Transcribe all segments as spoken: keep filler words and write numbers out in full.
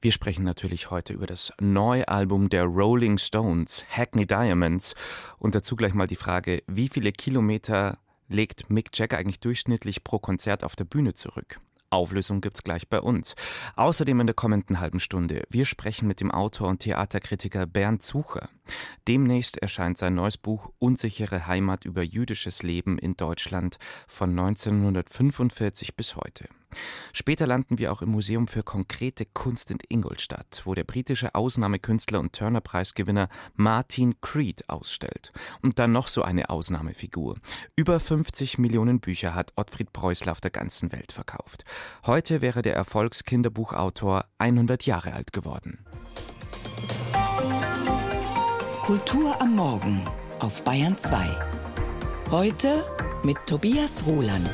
Wir sprechen natürlich heute über das neue Album der Rolling Stones, Hackney Diamonds. Und dazu gleich mal die Frage, wie viele Kilometer legt Mick Jagger eigentlich durchschnittlich pro Konzert auf der Bühne zurück? Auflösung gibt's gleich bei uns. Außerdem in der kommenden halben Stunde. Wir sprechen mit dem Autor und Theaterkritiker Bernd Sucher. Demnächst erscheint sein neues Buch Unsichere Heimat über jüdisches Leben in Deutschland von neunzehnhundertfünfundvierzig bis heute. Später landen wir auch im Museum für konkrete Kunst in Ingolstadt, wo der britische Ausnahmekünstler und Turner-Preisgewinner Martin Creed ausstellt. Und dann noch so eine Ausnahmefigur. Über fünfzig Millionen Bücher hat Ottfried Preußler auf der ganzen Welt verkauft. Heute wäre der Erfolgskinderbuchautor hundert Jahre alt geworden. Kultur am Morgen auf Bayern zwei. Heute mit Tobias Roland.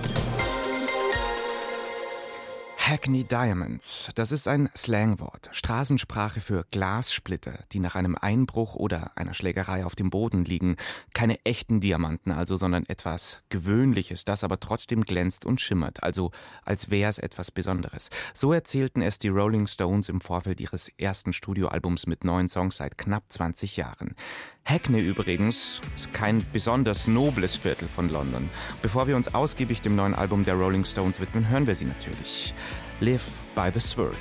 Hackney Diamonds, das ist ein Slangwort, Straßensprache für Glassplitter, die nach einem Einbruch oder einer Schlägerei auf dem Boden liegen. Keine echten Diamanten also, sondern etwas Gewöhnliches, das aber trotzdem glänzt und schimmert, also als wäre es etwas Besonderes. So erzählten es die Rolling Stones im Vorfeld ihres ersten Studioalbums mit neun Songs seit knapp zwanzig Jahren. Hackney übrigens ist kein besonders nobles Viertel von London. Bevor wir uns ausgiebig dem neuen Album der Rolling Stones widmen, hören wir sie natürlich. Live by the Sword.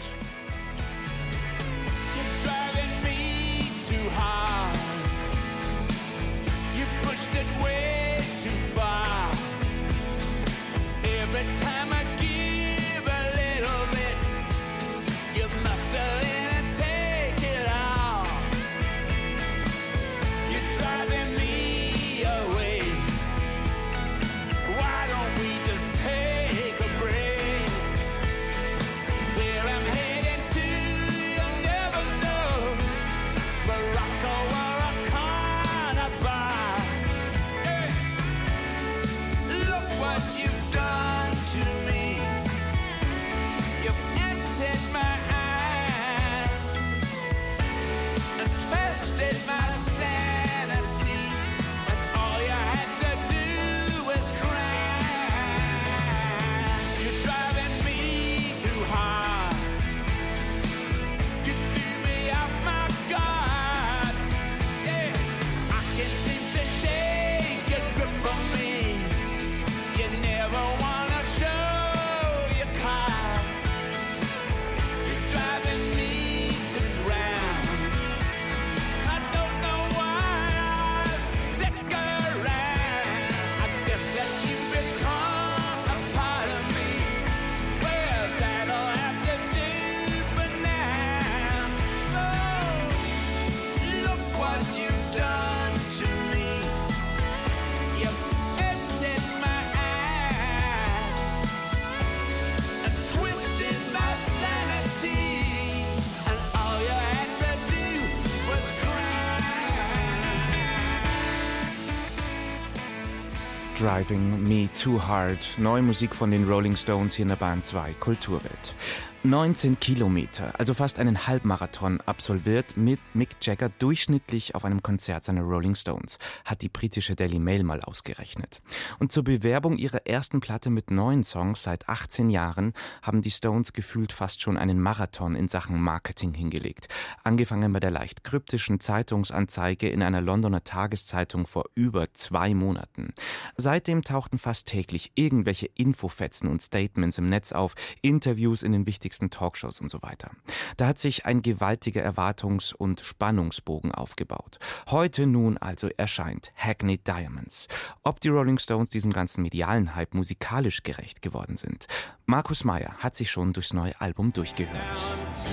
Driving Me Too Hard, neue Musik von den Rolling Stones hier in der Bayern zwei Kulturwelt. neunzehn Kilometer, also fast einen Halbmarathon, absolviert mit Mick Jagger durchschnittlich auf einem Konzert seiner Rolling Stones, hat die britische Daily Mail mal ausgerechnet. Und zur Bewerbung ihrer ersten Platte mit neun Songs seit achtzehn Jahren haben die Stones gefühlt fast schon einen Marathon in Sachen Marketing hingelegt. Angefangen bei der leicht kryptischen Zeitungsanzeige in einer Londoner Tageszeitung vor über zwei Monaten. Seitdem tauchten fast täglich irgendwelche Infofetzen und Statements im Netz auf, Interviews in den wichtigsten Talkshows und so weiter. Da hat sich ein gewaltiger Erwartungs- und Spannungsbogen aufgebaut. Heute nun also erscheint Hackney Diamonds. Ob die Rolling Stones diesem ganzen medialen Hype musikalisch gerecht geworden sind? Markus Meyer hat sich schon durchs neue Album durchgehört.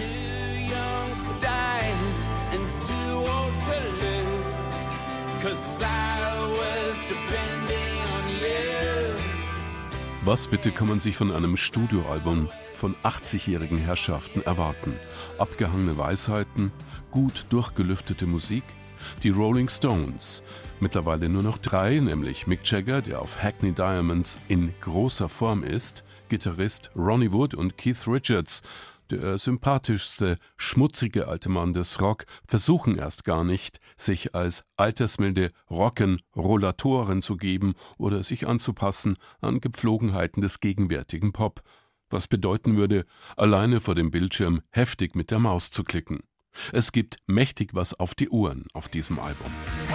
Was bitte kann man sich von einem Studioalbum von achtzigjährigen Herrschaften erwarten? Abgehangene Weisheiten, gut durchgelüftete Musik? Die Rolling Stones, mittlerweile nur noch drei, nämlich Mick Jagger, der auf Hackney Diamonds in großer Form ist, Gitarrist Ronnie Wood und Keith Richards, der sympathischste, schmutzige alte Mann des Rock, versuchen erst gar nicht, sich als altersmilde Rock'n'Rollatoren zu geben oder sich anzupassen an Gepflogenheiten des gegenwärtigen Pop. Was bedeuten würde, alleine vor dem Bildschirm heftig mit der Maus zu klicken. Es gibt mächtig was auf die Ohren auf diesem Album.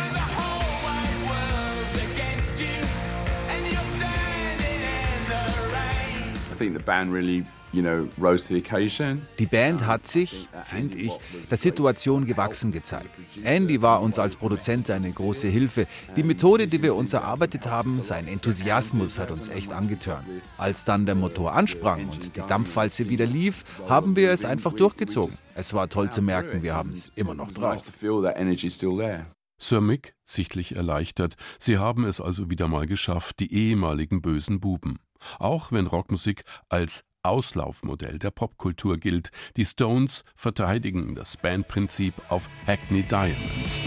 I think the band really, you know, rose to the occasion. Die Band hat sich, finde ich, der Situation gewachsen gezeigt. Andy war uns als Produzent eine große Hilfe. Die Methode, die wir uns erarbeitet haben, sein Enthusiasmus hat uns echt angetörnt. Als dann der Motor ansprang und die Dampfwalze wieder lief, haben wir es einfach durchgezogen. Es war toll zu merken, wir haben es immer noch drauf. Sir Mick, sichtlich erleichtert, sie haben es also wieder mal geschafft, die ehemaligen bösen Buben. Auch wenn Rockmusik als Auslaufmodell der Popkultur gilt, die Stones verteidigen das Bandprinzip auf Hackney Diamonds.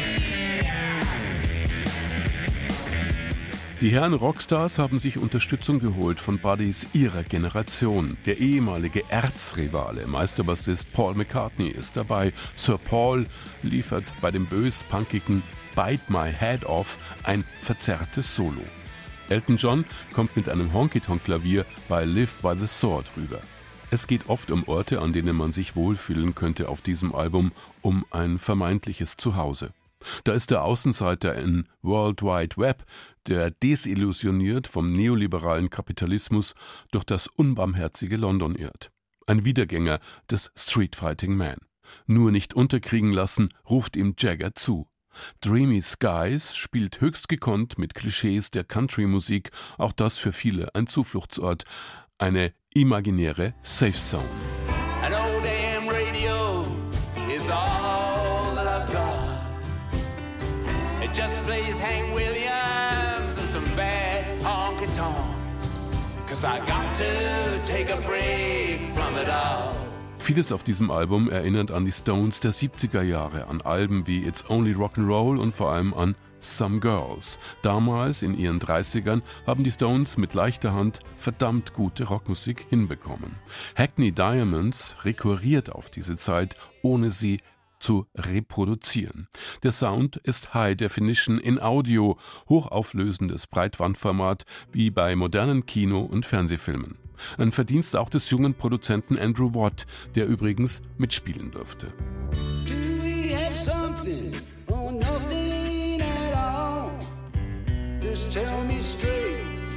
Die Herren Rockstars haben sich Unterstützung geholt von Buddies ihrer Generation. Der ehemalige Erzrivale, Meisterbassist Paul McCartney ist dabei. Sir Paul liefert bei dem bös-punkigen Bite My Head Off ein verzerrtes Solo. Elton John kommt mit einem Honky-Tonk-Klavier bei Live by the Sword rüber. Es geht oft um Orte, an denen man sich wohlfühlen könnte auf diesem Album, um ein vermeintliches Zuhause. Da ist der Außenseiter in World Wide Web, der desillusioniert vom neoliberalen Kapitalismus durch das unbarmherzige London irrt. Ein Wiedergänger des Street Fighting Man. Nur nicht unterkriegen lassen, ruft ihm Jagger zu. Dreamy Skies spielt höchst gekonnt mit Klischees der Country-Musik, auch das für viele ein Zufluchtsort, eine imaginäre Safe Zone. An old damn radio is all that I've got. It just plays Hank Williams and some bad honky-tonk. 'Cause I got to take a break from it all. Vieles auf diesem Album erinnert an die Stones der siebziger Jahre, an Alben wie It's Only Rock'n'Roll und vor allem an Some Girls. Damals, in ihren dreißigern, haben die Stones mit leichter Hand verdammt gute Rockmusik hinbekommen. Hackney Diamonds rekurriert auf diese Zeit, ohne sie zu reproduzieren. Der Sound ist High Definition in Audio, hochauflösendes Breitbandformat wie bei modernen Kino- und Fernsehfilmen. Ein Verdienst auch des jungen Produzenten Andrew Watt, der übrigens mitspielen durfte. Do we have something or nothing at all? Just tell me straight.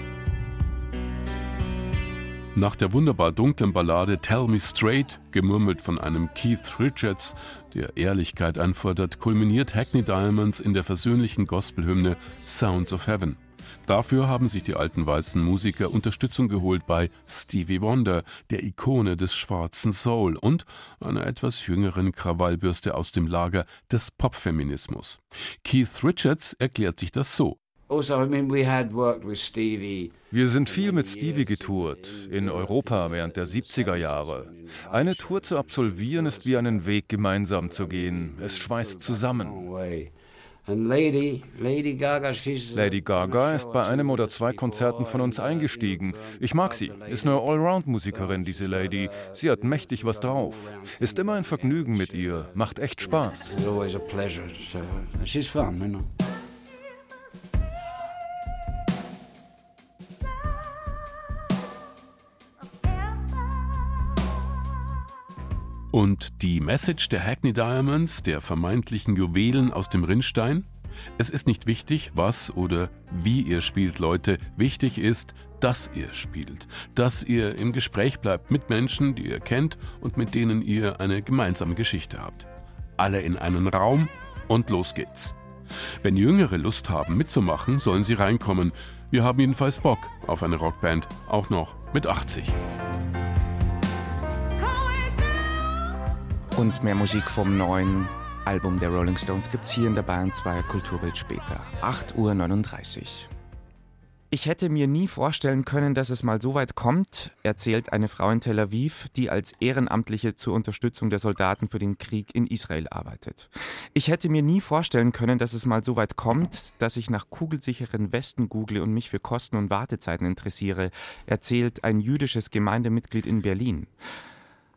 Nach der wunderbar dunklen Ballade Tell Me Straight, gemurmelt von einem Keith Richards, der Ehrlichkeit einfordert, kulminiert Hackney Diamonds in der versöhnlichen Gospelhymne Sounds of Heaven. Dafür haben sich die alten weißen Musiker Unterstützung geholt bei Stevie Wonder, der Ikone des schwarzen Soul und einer etwas jüngeren Krawallbürste aus dem Lager des Popfeminismus. Keith Richards erklärt sich das so. Also, I mean, we had worked with Stevie. Wir sind viel mit Stevie getourt, in Europa während der siebziger Jahre. Eine Tour zu absolvieren ist wie einen Weg gemeinsam zu gehen. Es schweißt zusammen. Lady, Lady Gaga, Lady Gaga ist bei einem oder zwei Konzerten von uns eingestiegen. Ich mag sie, ist eine Allround-Musikerin, diese Lady. Sie hat mächtig was drauf. Ist immer ein Vergnügen mit ihr, macht echt Spaß. Und die Message der Hackney Diamonds, der vermeintlichen Juwelen aus dem Rinnstein? Es ist nicht wichtig, was oder wie ihr spielt, Leute. Wichtig ist, dass ihr spielt. Dass ihr im Gespräch bleibt mit Menschen, die ihr kennt und mit denen ihr eine gemeinsame Geschichte habt. Alle in einen Raum und los geht's. Wenn Jüngere Lust haben mitzumachen, sollen sie reinkommen. Wir haben jedenfalls Bock auf eine Rockband, auch noch mit achtzig. Und mehr Musik vom neuen Album der Rolling Stones gibt's hier in der Bayern zwei Kulturwelt später. acht Uhr neununddreißig. Ich hätte mir nie vorstellen können, dass es mal so weit kommt, erzählt eine Frau in Tel Aviv, die als Ehrenamtliche zur Unterstützung der Soldaten für den Krieg in Israel arbeitet. Ich hätte mir nie vorstellen können, dass es mal so weit kommt, dass ich nach kugelsicheren Westen google und mich für Kosten und Wartezeiten interessiere, erzählt ein jüdisches Gemeindemitglied in Berlin.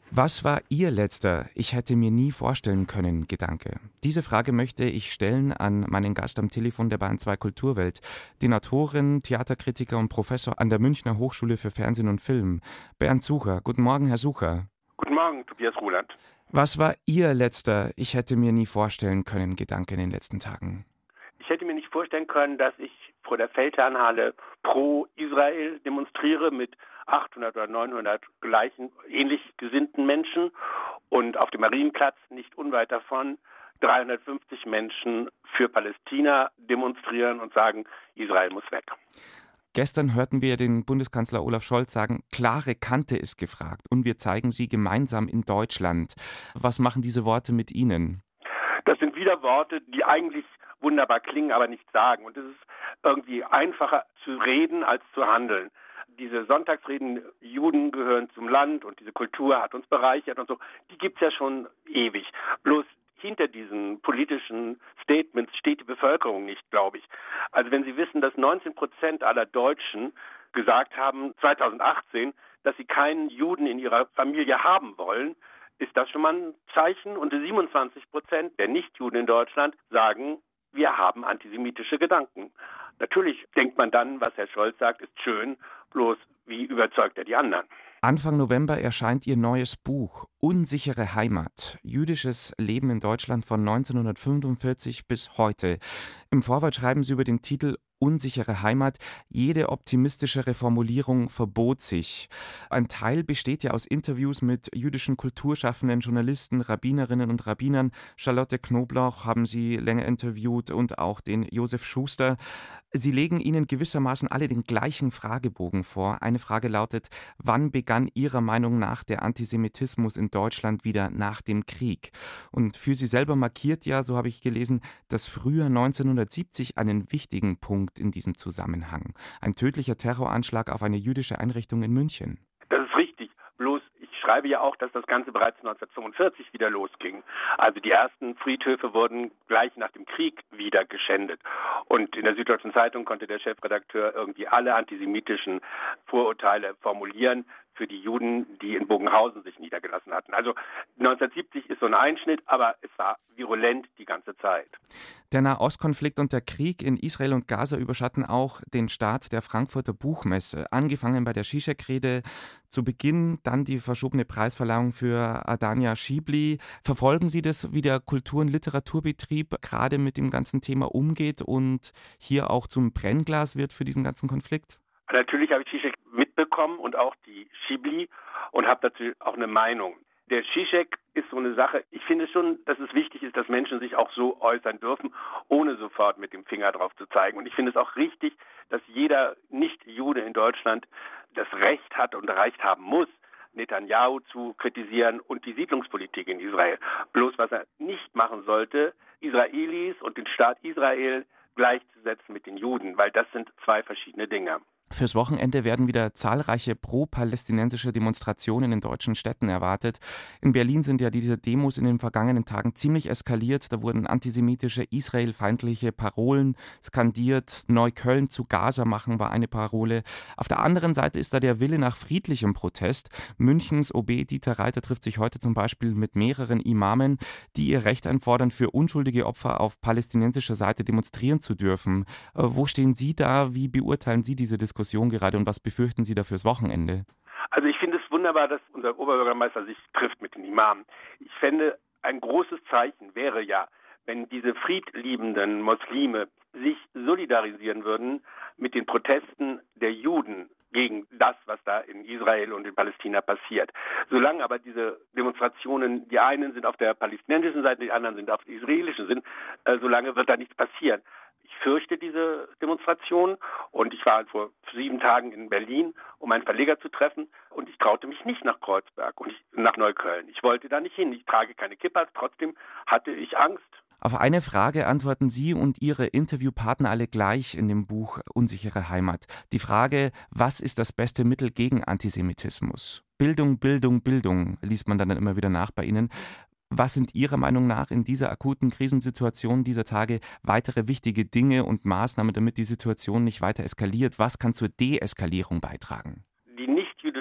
Was war Ihr letzter „Ich hätte mir nie vorstellen können“ Gedanke? Diese Frage möchte ich stellen an meinen Gast am Telefon der Bayern zwei Kulturwelt, den Autorin, Theaterkritiker und Professor an der Münchner Hochschule für Fernsehen und Film, Bernd Sucher. Guten Morgen, Herr Sucher. Guten Morgen, Tobias Roland. Was war Ihr letzter „Ich hätte mir nie vorstellen können“ Gedanke in den letzten Tagen? Ich hätte mir nicht vorstellen können, dass ich vor der Feldherrnhalle pro Israel demonstriere mit achthundert oder neunhundert gleichen, ähnlich gesinnten Menschen und auf dem Marienplatz nicht unweit davon dreihundertfünfzig Menschen für Palästina demonstrieren und sagen, Israel muss weg. Gestern hörten wir den Bundeskanzler Olaf Scholz sagen, klare Kante ist gefragt und wir zeigen sie gemeinsam in Deutschland. Was machen diese Worte mit Ihnen? Das sind wieder Worte, die eigentlich wunderbar klingen, aber nichts sagen. Und es ist irgendwie einfacher zu reden als zu handeln. Diese Sonntagsreden, Juden gehören zum Land und diese Kultur hat uns bereichert und so, die gibt's ja schon ewig. Bloß hinter diesen politischen Statements steht die Bevölkerung nicht, glaube ich. Also wenn Sie wissen, dass neunzehn Prozent aller Deutschen gesagt haben, zweitausendachtzehn, dass sie keinen Juden in ihrer Familie haben wollen, ist das schon mal ein Zeichen. Und siebenundzwanzig Prozent der Nichtjuden in Deutschland sagen, wir haben antisemitische Gedanken. Natürlich denkt man dann, was Herr Scholz sagt, ist schön, bloß wie überzeugt er die anderen? Anfang November erscheint Ihr neues Buch »Unsichere Heimat. Jüdisches Leben in Deutschland von neunzehnhundertfünfundvierzig bis heute«. Im Vorwort schreiben Sie über den Titel »Unsichere Heimat«, jede optimistischere Formulierung verbot sich. Ein Teil besteht ja aus Interviews mit jüdischen Kulturschaffenden, Journalisten, Rabbinerinnen und Rabbinern. Charlotte Knobloch haben Sie länger interviewt und auch den Josef Schuster. Sie legen Ihnen gewissermaßen alle den gleichen Fragebogen vor. Eine Frage lautet, wann begann Ihrer Meinung nach der Antisemitismus in Deutschland wieder nach dem Krieg? Und für Sie selber markiert ja, so habe ich gelesen, das Frühjahr neunzehnhundertsiebzig einen wichtigen Punkt in diesem Zusammenhang. Ein tödlicher Terroranschlag auf eine jüdische Einrichtung in München. Das ist richtig. Bloß ich schreibe ja auch, dass das Ganze bereits neunzehnhundertfünfundvierzig wieder losging. Also die ersten Friedhöfe wurden gleich nach dem Krieg wieder geschändet. Und in der Süddeutschen Zeitung konnte der Chefredakteur irgendwie alle antisemitischen Vorurteile formulieren für die Juden, die in Bogenhausen sich niedergelassen hatten. Also neunzehnhundertsiebzig ist so ein Einschnitt, aber es war virulent die ganze Zeit. Der Nahostkonflikt und der Krieg in Israel und Gaza überschatten auch den Start der Frankfurter Buchmesse. Angefangen bei der Zizek-Rede zu Beginn, dann die verschobene Preisverleihung für Adania Schibli. Verfolgen Sie das, wie der Kultur- und Literaturbetrieb gerade mit dem ganzen Thema umgeht und hier auch zum Brennglas wird für diesen ganzen Konflikt? Natürlich habe ich Zizek mitbekommen und auch die Schibli und habe dazu auch eine Meinung. Der Zizek ist so eine Sache, ich finde schon, dass es wichtig ist, dass Menschen sich auch so äußern dürfen, ohne sofort mit dem Finger drauf zu zeigen. Und ich finde es auch richtig, dass jeder Nicht-Jude in Deutschland das Recht hat und Recht haben muss, Netanyahu zu kritisieren und die Siedlungspolitik in Israel. Bloß was er nicht machen sollte, Israelis und den Staat Israel gleichzusetzen mit den Juden, weil das sind zwei verschiedene Dinge. Fürs Wochenende werden wieder zahlreiche pro-palästinensische Demonstrationen in deutschen Städten erwartet. In Berlin sind ja diese Demos in den vergangenen Tagen ziemlich eskaliert. Da wurden antisemitische, israelfeindliche Parolen skandiert. Neukölln zu Gaza machen war eine Parole. Auf der anderen Seite ist da der Wille nach friedlichem Protest. Münchens O B Dieter Reiter trifft sich heute zum Beispiel mit mehreren Imamen, die ihr Recht einfordern, für unschuldige Opfer auf palästinensischer Seite demonstrieren zu dürfen. Wo stehen Sie da? Wie beurteilen Sie diese Diskussion gerade und was befürchten Sie da fürs Wochenende? Also ich finde es wunderbar, dass unser Oberbürgermeister sich trifft mit den Imamen. Ich fände, ein großes Zeichen wäre ja, wenn diese friedliebenden Muslime sich solidarisieren würden mit den Protesten der Juden gegen das, was da in Israel und in Palästina passiert. Solange aber diese Demonstrationen, die einen sind auf der palästinensischen Seite, die anderen sind auf der israelischen sind, äh, solange wird da nichts passieren. Ich fürchte diese Demonstration und ich war vor sieben Tagen in Berlin, um einen Verleger zu treffen und ich traute mich nicht nach Kreuzberg und ich, nach Neukölln. Ich wollte da nicht hin. Ich trage keine Kippas, trotzdem hatte ich Angst. Auf eine Frage antworten Sie und Ihre Interviewpartner alle gleich in dem Buch »Unsichere Heimat«. Die Frage, was ist das beste Mittel gegen Antisemitismus? Bildung, Bildung, Bildung, liest man dann immer wieder nach bei Ihnen. Was sind Ihrer Meinung nach in dieser akuten Krisensituation dieser Tage weitere wichtige Dinge und Maßnahmen, damit die Situation nicht weiter eskaliert? Was kann zur Deeskalierung beitragen? Die nichtjüdische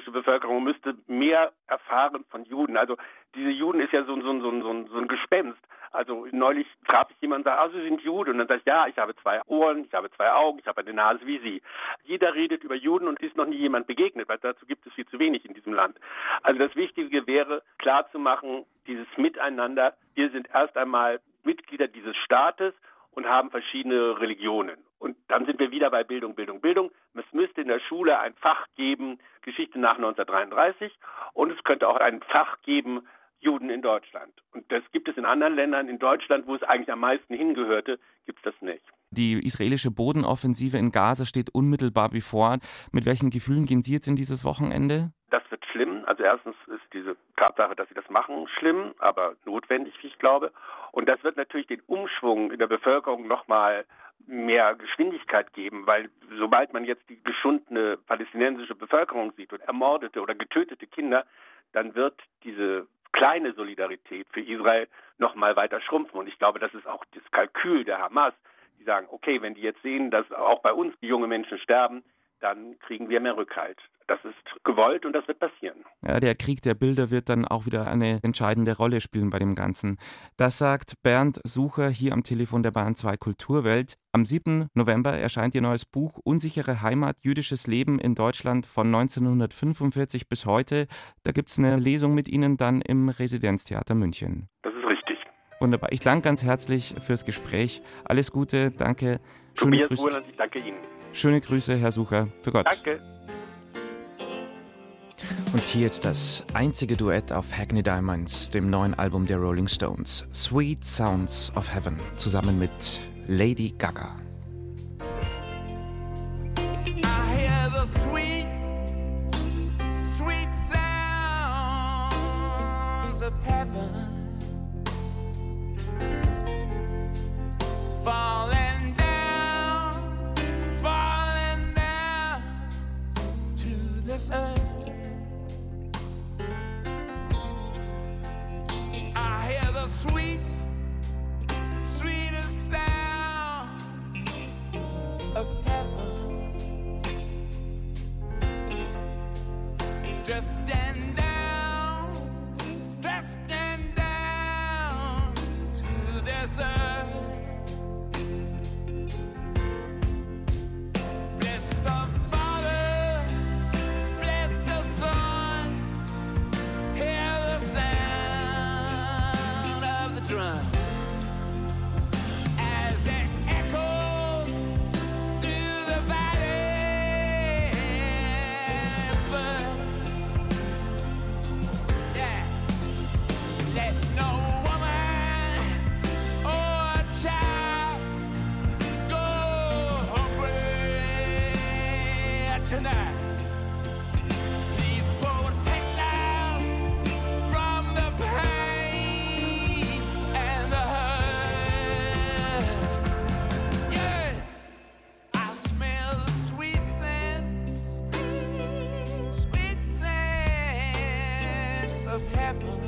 jüdische Bevölkerung müsste mehr erfahren von Juden. Also diese Juden ist ja so, so, so, so, so ein Gespenst. Also neulich traf ich jemanden und sagte, ah, Sie sind Jude. Und dann sage ich, ja, ich habe zwei Ohren, ich habe zwei Augen, ich habe eine Nase wie Sie. Jeder redet über Juden und ist noch nie jemand begegnet, weil dazu gibt es viel zu wenig in diesem Land. Also das Wichtige wäre, klarzumachen, dieses Miteinander. Wir sind erst einmal Mitglieder dieses Staates und haben verschiedene Religionen. Und dann sind wir wieder bei Bildung, Bildung, Bildung. Es müsste in der Schule ein Fach geben, Geschichte nach neunzehnhundertdreiunddreißig. Und es könnte auch ein Fach geben, Juden in Deutschland. Und das gibt es in anderen Ländern. In Deutschland, wo es eigentlich am meisten hingehörte, gibt es das nicht. Die israelische Bodenoffensive in Gaza steht unmittelbar bevor. Mit welchen Gefühlen gehen Sie jetzt in dieses Wochenende? Das wird schlimm. Also erstens ist diese Tatsache, dass sie das machen, schlimm, aber notwendig, wie ich glaube. Und das wird natürlich den Umschwung in der Bevölkerung nochmal mehr Geschwindigkeit geben, weil sobald man jetzt die geschundene palästinensische Bevölkerung sieht und ermordete oder getötete Kinder, dann wird diese kleine Solidarität für Israel noch mal weiter schrumpfen. Und ich glaube, das ist auch das Kalkül der Hamas. Die sagen, okay, wenn die jetzt sehen, dass auch bei uns junge Menschen sterben, dann kriegen wir mehr Rückhalt. Das ist gewollt und das wird passieren. Ja, der Krieg der Bilder wird dann auch wieder eine entscheidende Rolle spielen bei dem Ganzen. Das sagt Bernd Sucher hier am Telefon der Bayern zwei Kulturwelt. Am siebten November erscheint Ihr neues Buch Unsichere Heimat, jüdisches Leben in Deutschland von neunzehnhundertfünfundvierzig bis heute. Da gibt es eine Lesung mit Ihnen dann im Residenztheater München. Das ist richtig. Wunderbar. Ich danke ganz herzlich fürs Gespräch. Alles Gute, danke. Schöne Tobias Grüße. Ruhrland, ich danke Ihnen. Schöne Grüße, Herr Sucher. Für Gott. Danke. Und hier jetzt das einzige Duett auf Hackney Diamonds, dem neuen Album der Rolling Stones. Sweet Sounds of Heaven, zusammen mit Lady Gaga. I hear the sweet, sweet sounds of heaven falling down, falling down to this earth. I hear the sweet, sweetest sounds of heaven drifting down, drifting down to this earth. Bless the Father, bless the Son, hear the sound of the drums as it echoes through the valley. First, yeah, let no woman or child go hungry tonight. Please protect us from the pain and the hurt. Yeah, I smell the sweet scents, sweet scents of heaven.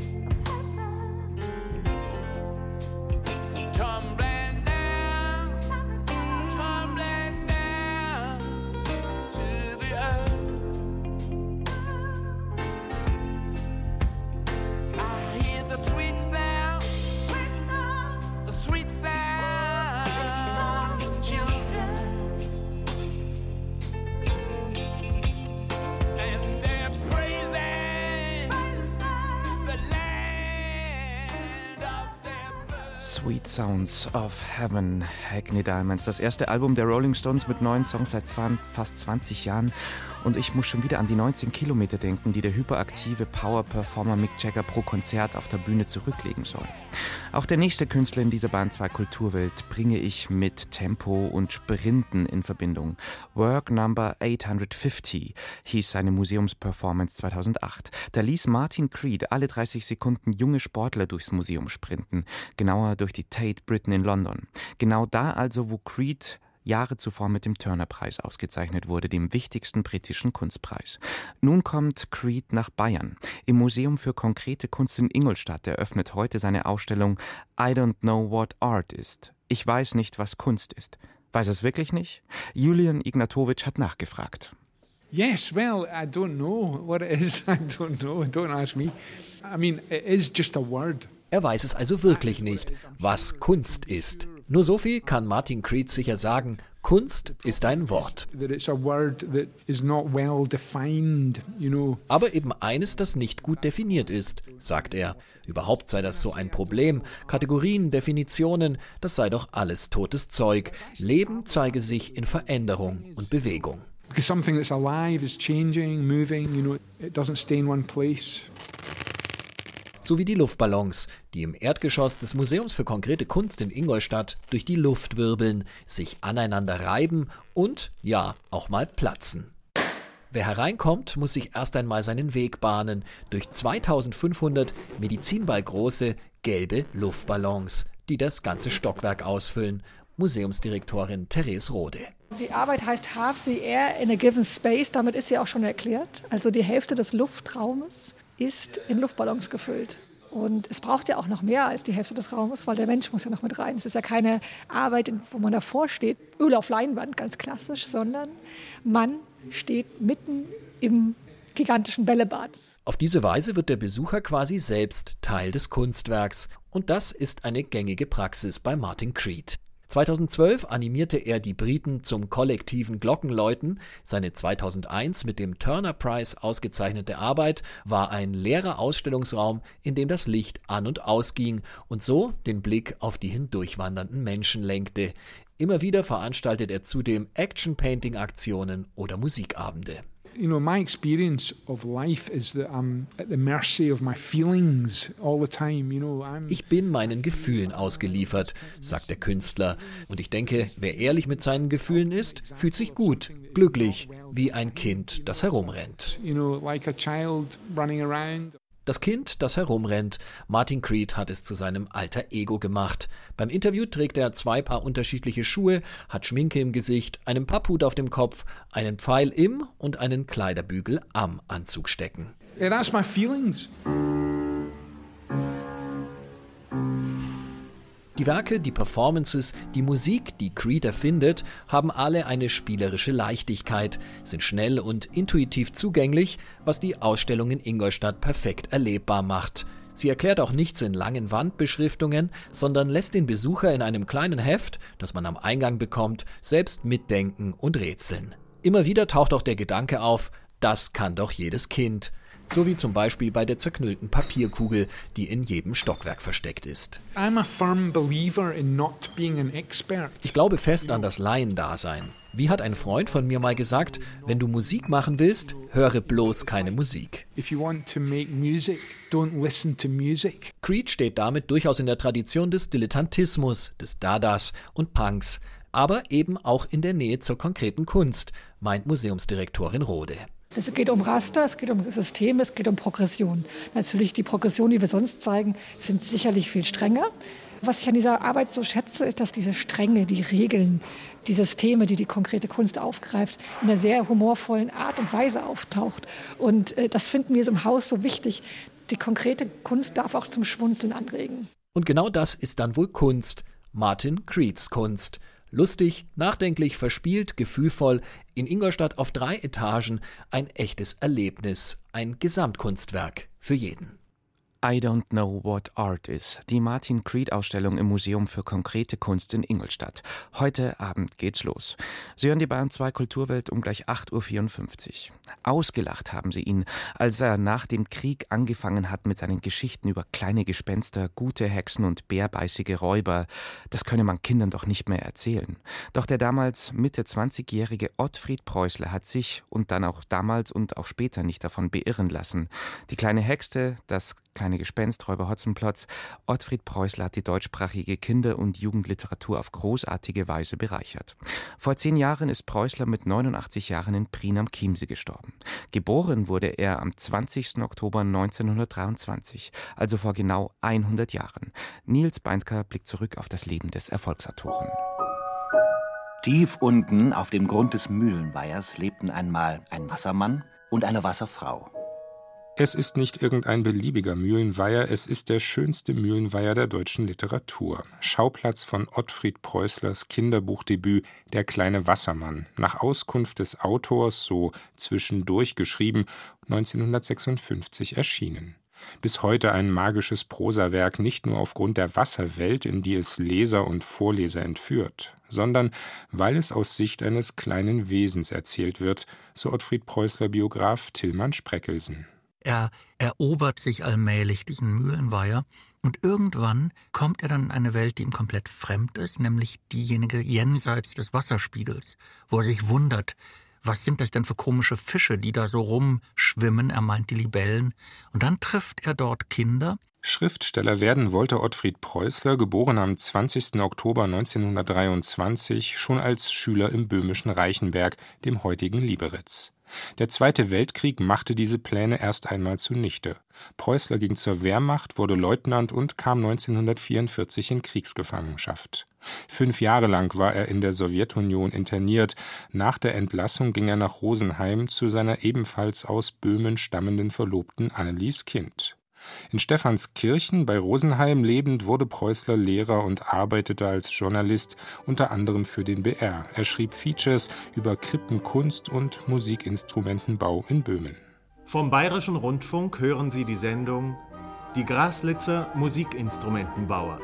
Tumbling down, tumbling down to the earth. I hear the sweet sound, the sweet sound of children, and they're praising the land of their birth. Sweet Sounds of Heaven, Hackney Diamonds. Das erste Album der Rolling Stones mit neun Songs seit zwan- fast zwanzig Jahren. Und ich muss schon wieder an die neunzehn Kilometer denken, die der hyperaktive Power-Performer Mick Jagger pro Konzert auf der Bühne zurücklegen soll. Auch der nächste Künstler in dieser Bayern zwei Kulturwelt bringe ich mit Tempo und Sprinten in Verbindung. Work Number achthundertfünfzig hieß seine Museumsperformance zweitausendacht. Da ließ Martin Creed alle dreißig Sekunden junge Sportler durchs Museum sprinten, genauer durch die Tate Britain in London. Genau da also, wo Creed Jahre zuvor mit dem Turner-Preis ausgezeichnet wurde, dem wichtigsten britischen Kunstpreis. Nun kommt Creed nach Bayern. Im Museum für konkrete Kunst in Ingolstadt eröffnet heute seine Ausstellung I don't know what art ist. Ich weiß nicht, was Kunst ist. Weiß er es wirklich nicht? Julian Ignatowitsch hat nachgefragt. Yes, well, I don't know what it is. I don't know. Don't ask me. I mean, it is just a word. Er weiß es also wirklich nicht, was Kunst ist. Nur so viel kann Martin Creed sicher sagen: Kunst ist ein Wort. Aber eben eines, das nicht gut definiert ist, sagt er. Überhaupt sei das so ein Problem. Kategorien, Definitionen, das sei doch alles totes Zeug. Leben zeige sich in Veränderung und Bewegung. Because something that's alive is changing, moving, you know, it doesn't stay in one place. So wie die Luftballons, die im Erdgeschoss des Museums für konkrete Kunst in Ingolstadt durch die Luft wirbeln, sich aneinander reiben und, ja, auch mal platzen. Wer hereinkommt, muss sich erst einmal seinen Weg bahnen durch zweitausendfünfhundert medizinballgroße gelbe Luftballons, die das ganze Stockwerk ausfüllen. Museumsdirektorin Therese Rode. Die Arbeit heißt Half the Air in a Given Space, damit ist sie auch schon erklärt. Also die Hälfte des Luftraumes ist in Luftballons gefüllt. Und es braucht ja auch noch mehr als die Hälfte des Raumes, weil der Mensch muss ja noch mit rein. Es ist ja keine Arbeit, wo man davor steht, Öl auf Leinwand, ganz klassisch, sondern man steht mitten im gigantischen Bällebad. Auf diese Weise wird der Besucher quasi selbst Teil des Kunstwerks. Und das ist eine gängige Praxis bei Martin Creed. zweitausendzwölf animierte er die Briten zum kollektiven Glockenläuten. Seine zweitausendeins mit dem Turner Prize ausgezeichnete Arbeit war ein leerer Ausstellungsraum, in dem das Licht an- und ausging und so den Blick auf die hindurchwandernden Menschen lenkte. Immer wieder veranstaltet er zudem Action-Painting-Aktionen oder Musikabende. You know, my experience of life is that I'm at the mercy of my feelings all the time. You know, I'm Ich bin meinen Gefühlen ausgeliefert, sagt der Künstler. Und ich denke, wer ehrlich mit seinen Gefühlen ist, fühlt sich gut, glücklich, wie ein Kind, das herumrennt. You know, like a child running around. Das Kind, das herumrennt. Martin Creed hat es zu seinem alter Ego gemacht. Beim Interview trägt er zwei Paar unterschiedliche Schuhe, hat Schminke im Gesicht, einen Papphut auf dem Kopf, einen Pfeil im und einen Kleiderbügel am Anzug stecken. Yeah, that's my feelings. Die Werke, die Performances, die Musik, die Creed erfindet, haben alle eine spielerische Leichtigkeit, sind schnell und intuitiv zugänglich, was die Ausstellung in Ingolstadt perfekt erlebbar macht. Sie erklärt auch nichts in langen Wandbeschriftungen, sondern lässt den Besucher in einem kleinen Heft, das man am Eingang bekommt, selbst mitdenken und rätseln. Immer wieder taucht auch der Gedanke auf, das kann doch jedes Kind. So wie zum Beispiel bei der zerknüllten Papierkugel, die in jedem Stockwerk versteckt ist. I'm a firm believer in not being an expert. Ich glaube fest an das Laiendasein. Wie hat ein Freund von mir mal gesagt, wenn du Musik machen willst, höre bloß keine Musik. If you want to make music, don't listen to music. Creed steht damit durchaus in der Tradition des Dilettantismus, des Dadas und Punks, aber eben auch in der Nähe zur konkreten Kunst, meint Museumsdirektorin Rode. Es geht um Raster, es geht um Systeme, es geht um Progression. Natürlich, die Progressionen, die wir sonst zeigen, sind sicherlich viel strenger. Was ich an dieser Arbeit so schätze, ist, dass diese Stränge, die Regeln, die Systeme, die die konkrete Kunst aufgreift, in einer sehr humorvollen Art und Weise auftaucht. Und äh, das finden wir so im Haus so wichtig. Die konkrete Kunst darf auch zum Schmunzeln anregen. Und genau das ist dann wohl Kunst, Martin Creeds Kunst. Lustig, nachdenklich, verspielt, gefühlvoll, in Ingolstadt auf drei Etagen, ein echtes Erlebnis, ein Gesamtkunstwerk für jeden. I Don't Know What Art Is, die Martin Creed-Ausstellung im Museum für konkrete Kunst in Ingolstadt. Heute Abend geht's los. Sie hören die Bayern zwei Kulturwelt um gleich acht Uhr vierundfünfzig. Ausgelacht haben sie ihn, als er nach dem Krieg angefangen hat mit seinen Geschichten über kleine Gespenster, gute Hexen und bärbeißige Räuber. Das könne man Kindern doch nicht mehr erzählen. Doch der damals Mitte zwanzigjährige Ottfried Preußler hat sich und dann auch damals und auch später nicht davon beirren lassen. Die kleine Hexe, das kleine Gespenst, Räuber Hotzenplotz. Ottfried Preußler hat die deutschsprachige Kinder- und Jugendliteratur auf großartige Weise bereichert. Vor zehn Jahren ist Preußler mit neunundachtzig Jahren in Prien am Chiemsee gestorben. Geboren wurde er am zwanzigsten Oktober neunzehnhundertdreiundzwanzig, also vor genau hundert Jahren. Nils Beindker blickt zurück auf das Leben des Erfolgsautoren. Tief unten auf dem Grund des Mühlenweihers lebten einmal ein Wassermann und eine Wasserfrau. Es ist nicht irgendein beliebiger Mühlenweiher, es ist der schönste Mühlenweiher der deutschen Literatur. Schauplatz von Ottfried Preußlers Kinderbuchdebüt »Der kleine Wassermann«, nach Auskunft des Autors, so zwischendurch geschrieben, neunzehnhundertsechsundfünfzig erschienen. Bis heute ein magisches Prosawerk, nicht nur aufgrund der Wasserwelt, in die es Leser und Vorleser entführt, sondern weil es aus Sicht eines kleinen Wesens erzählt wird, so Ottfried Preußler-Biograf Tilman Spreckelsen. Er erobert sich allmählich diesen Mühlenweiher und irgendwann kommt er dann in eine Welt, die ihm komplett fremd ist, nämlich diejenige jenseits des Wasserspiegels, wo er sich wundert, was sind das denn für komische Fische, die da so rumschwimmen, er meint die Libellen, und dann trifft er dort Kinder. Schriftsteller werden wollte Ottfried Preußler, geboren am zwanzigsten Oktober neunzehnhundertdreiundzwanzig, schon als Schüler im böhmischen Reichenberg, dem heutigen Liberec. Der Zweite Weltkrieg machte diese Pläne erst einmal zunichte. Preußler ging zur Wehrmacht, wurde Leutnant und kam neunzehnhundertvierundvierzig in Kriegsgefangenschaft. Fünf Jahre lang war er in der Sowjetunion interniert. Nach der Entlassung ging er nach Rosenheim zu seiner ebenfalls aus Böhmen stammenden Verlobten Annelies Kind. In Stephanskirchen bei Rosenheim lebend wurde Preußler Lehrer und arbeitete als Journalist, unter anderem für den B R. Er schrieb Features über Krippenkunst und Musikinstrumentenbau in Böhmen. Vom Bayerischen Rundfunk hören Sie die Sendung »Die Graslitzer Musikinstrumentenbauer«.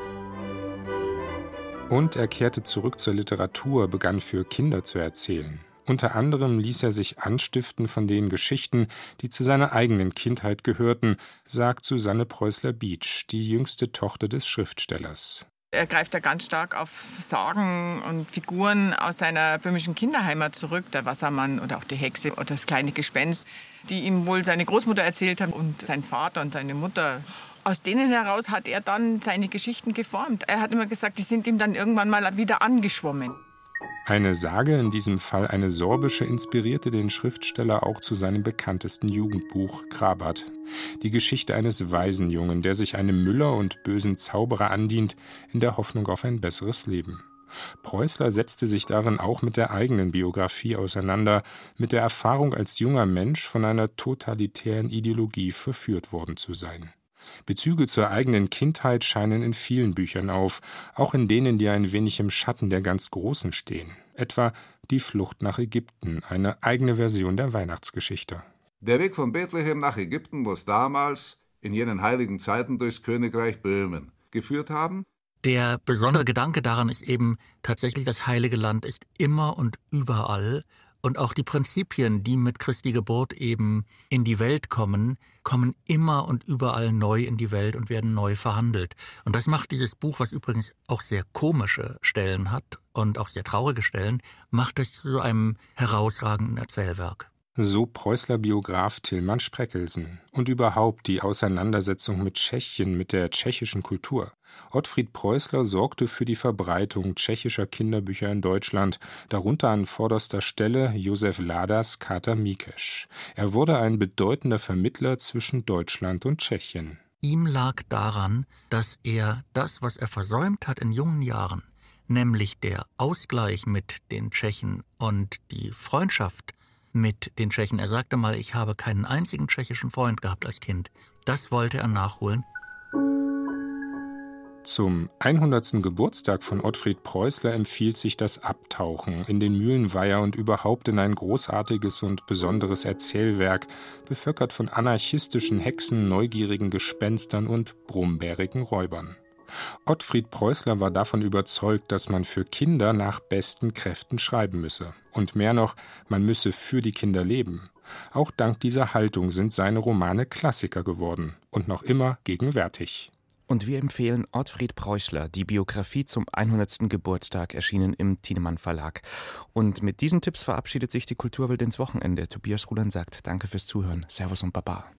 Und er kehrte zurück zur Literatur, begann für Kinder zu erzählen. Unter anderem ließ er sich anstiften von den Geschichten, die zu seiner eigenen Kindheit gehörten, sagt Susanne Preußler-Beach, die jüngste Tochter des Schriftstellers. Er greift da ganz stark auf Sagen und Figuren aus seiner böhmischen Kinderheimat zurück, der Wassermann oder auch die Hexe oder das kleine Gespenst, die ihm wohl seine Großmutter erzählt haben und sein Vater und seine Mutter. Aus denen heraus hat er dann seine Geschichten geformt. Er hat immer gesagt, die sind ihm dann irgendwann mal wieder angeschwommen. Eine Sage, in diesem Fall eine sorbische, inspirierte den Schriftsteller auch zu seinem bekanntesten Jugendbuch Krabat. Die Geschichte eines Waisenjungen, der sich einem Müller und bösen Zauberer andient, in der Hoffnung auf ein besseres Leben. Preußler setzte sich darin auch mit der eigenen Biografie auseinander, mit der Erfahrung, als junger Mensch von einer totalitären Ideologie verführt worden zu sein. Bezüge zur eigenen Kindheit scheinen in vielen Büchern auf, auch in denen, die ein wenig im Schatten der ganz Großen stehen. Etwa Die Flucht nach Ägypten, eine eigene Version der Weihnachtsgeschichte. Der Weg von Bethlehem nach Ägypten muss damals, in jenen heiligen Zeiten, durchs Königreich Böhmen geführt haben. Der besondere Gedanke daran ist eben tatsächlich, das Heilige Land ist immer und überall. Und auch die Prinzipien, die mit Christi Geburt eben in die Welt kommen, kommen immer und überall neu in die Welt und werden neu verhandelt. Und das macht dieses Buch, was übrigens auch sehr komische Stellen hat und auch sehr traurige Stellen, macht es zu einem herausragenden Erzählwerk. So Preußler-Biograf Tilman Spreckelsen. Und überhaupt die Auseinandersetzung mit Tschechien, mit der tschechischen Kultur. Ottfried Preußler sorgte für die Verbreitung tschechischer Kinderbücher in Deutschland, darunter an vorderster Stelle Josef Ladas Kater Mikeš. Er wurde ein bedeutender Vermittler zwischen Deutschland und Tschechien. Ihm lag daran, dass er das, was er versäumt hat in jungen Jahren, nämlich der Ausgleich mit den Tschechen und die Freundschaft mit den Tschechen. Er sagte mal, ich habe keinen einzigen tschechischen Freund gehabt als Kind. Das wollte er nachholen. Zum hundertsten Geburtstag von Ottfried Preußler empfiehlt sich das Abtauchen in den Mühlenweiher und überhaupt in ein großartiges und besonderes Erzählwerk, bevölkert von anarchistischen Hexen, neugierigen Gespenstern und brummbärigen Räubern. Ottfried Preußler war davon überzeugt, dass man für Kinder nach besten Kräften schreiben müsse. Und mehr noch, man müsse für die Kinder leben. Auch dank dieser Haltung sind seine Romane Klassiker geworden und noch immer gegenwärtig. Und wir empfehlen Ottfried Preußler, die Biografie zum hundertsten Geburtstag, erschienen im Thienemann Verlag. Und mit diesen Tipps verabschiedet sich die Kulturwelt ins Wochenende. Tobias Ruland sagt Danke fürs Zuhören. Servus und Baba.